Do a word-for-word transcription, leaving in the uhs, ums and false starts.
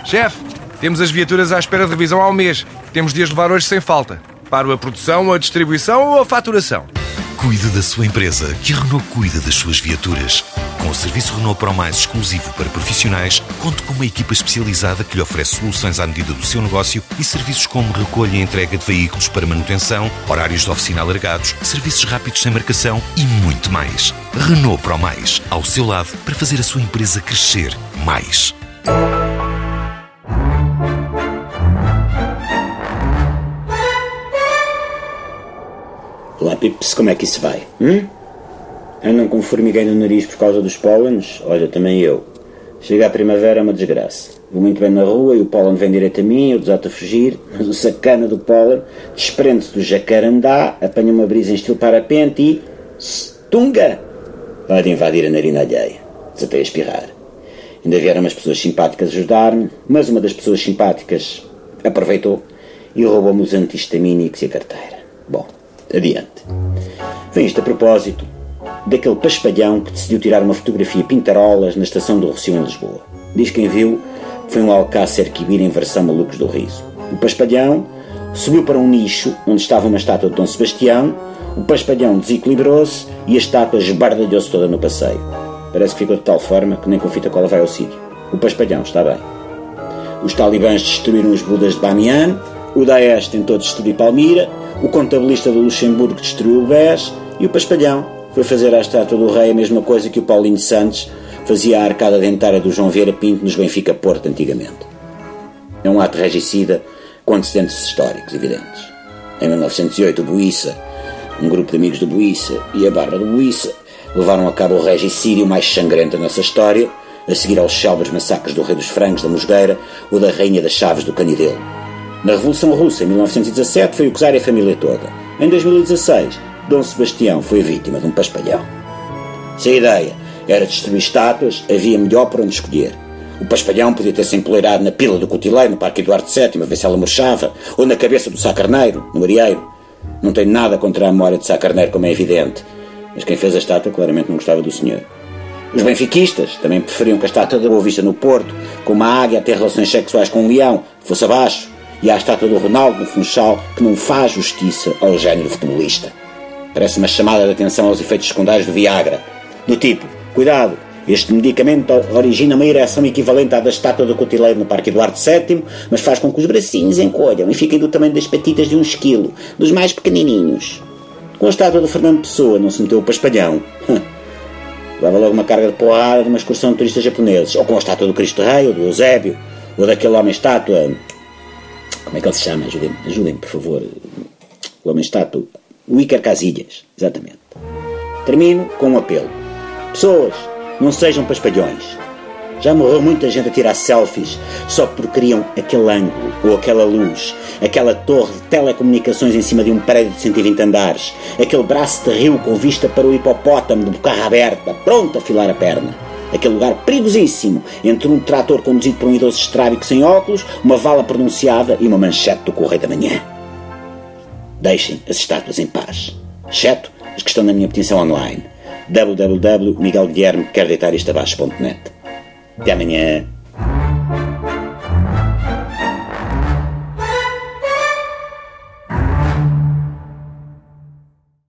Chefe, temos as viaturas à espera de revisão há um mês. Temos de as levar hoje sem falta. Paro a produção, a distribuição ou a faturação? Cuide da sua empresa, que a Renault cuida das suas viaturas. Com o serviço Renault Pro Mais exclusivo para profissionais, conte com uma equipa especializada que lhe oferece soluções à medida do seu negócio e serviços como recolha e entrega de veículos para manutenção, horários de oficina alargados, serviços rápidos sem marcação e muito mais. Renault Pro Mais, ao seu lado para fazer a sua empresa crescer mais. Olá, Pips, como é que isso vai? Hum? Andam com formigueiro no nariz por causa dos pólenes? Olha, também eu. Chega a primavera é uma desgraça. Vou muito bem na rua e o pólen vem direito a mim, eu desato a fugir, mas o sacana do pólen desprende-se do jacarandá, apanha uma brisa em estilo parapente e... tunga! Pode invadir a narina alheia. Desatei a espirrar. Ainda vieram umas pessoas simpáticas ajudar-me, mas uma das pessoas simpáticas aproveitou e roubou-me os antihistamínicos e a carteira. Bom, adiante. Vem isto a propósito daquele paspalhão que decidiu tirar uma fotografia pintarolas na estação do Rossio em Lisboa. Diz quem viu que foi um alcácer quibir em versão Malucos do Riso. O paspalhão subiu para um nicho onde estava uma estátua de Dom Sebastião, o paspalhão desequilibrou-se e a estátua esbardalhou-se toda no passeio. Parece que ficou de tal forma que nem com fita cola vai ao sítio. O paspalhão está bem. Os talibãs destruíram os budas de Bamiyan, o Daesh tentou destruir Palmira, o contabilista do Luxemburgo destruiu o B E S e o paspalhão foi fazer à estátua do rei a mesma coisa que o Paulinho Santos fazia à arcada dentária do João Vieira Pinto nos Benfica Porto antigamente. É um ato regicida com antecedentes históricos evidentes. Em mil novecentos e oito, o Boiça, um grupo de amigos do Boiça e a barra do Boiça levaram a cabo o regicídio mais sangrento da nossa história, a seguir aos célebres massacres do Rei dos Frangos da Mosgueira ou da Rainha das Chaves do Canidelo. Na Revolução Russa, em mil novecentos e dezassete, foi o czar e a família toda. Em dois mil e dezasseis, Dom Sebastião foi a vítima de um paspalhão. Se a ideia era destruir estátuas, havia melhor por onde escolher. O paspalhão podia ter-se empoleirado na pila do Cotileiro, no Parque Eduardo sétimo, a ver se ela murchava, ou na cabeça do Sá Carneiro, no Arieiro. Não tenho nada contra a memória de Sá Carneiro, como é evidente, mas quem fez a estátua claramente não gostava do senhor. Os benfiquistas também preferiam que a estátua da Boa Vista no Porto, com uma águia a ter relações sexuais com um leão, fosse abaixo, e à estátua do Ronaldo no Funchal, que não faz justiça ao género futebolista. Parece uma chamada de atenção aos efeitos secundários do Viagra. Do tipo, cuidado, este medicamento origina uma ereção equivalente à da estátua do Cotileiro no Parque Eduardo sétimo, mas faz com que os bracinhos encolham e fiquem do tamanho das patitas de um esquilo, dos mais pequenininhos. Com a estátua do Fernando Pessoa não se meteu o paspalhão. Leva logo uma carga de porrada de uma excursão de turistas japoneses. Ou com a estátua do Cristo Rei, ou do Eusébio, ou daquele homem-estátua... Como é que ele se chama? Ajudem-me, ajudem-me, por favor. O homem-estátua... O Iker Casillas, exatamente. Termino com um apelo. Pessoas, não sejam paspalhões. Já morreu muita gente a tirar selfies só porque queriam aquele ângulo, ou aquela luz, aquela torre de telecomunicações em cima de um prédio de cento e vinte andares, aquele braço de rio com vista para o hipopótamo de bocarra aberta, pronto a filar a perna. Aquele lugar perigosíssimo entre um trator conduzido por um idoso estrábico sem óculos, uma vala pronunciada e uma manchete do Correio da Manhã. Deixem as estátuas em paz, exceto as que estão na minha petição online, w w w ponto miguel guilherme quer deitar isto abaixo ponto net. Até amanhã.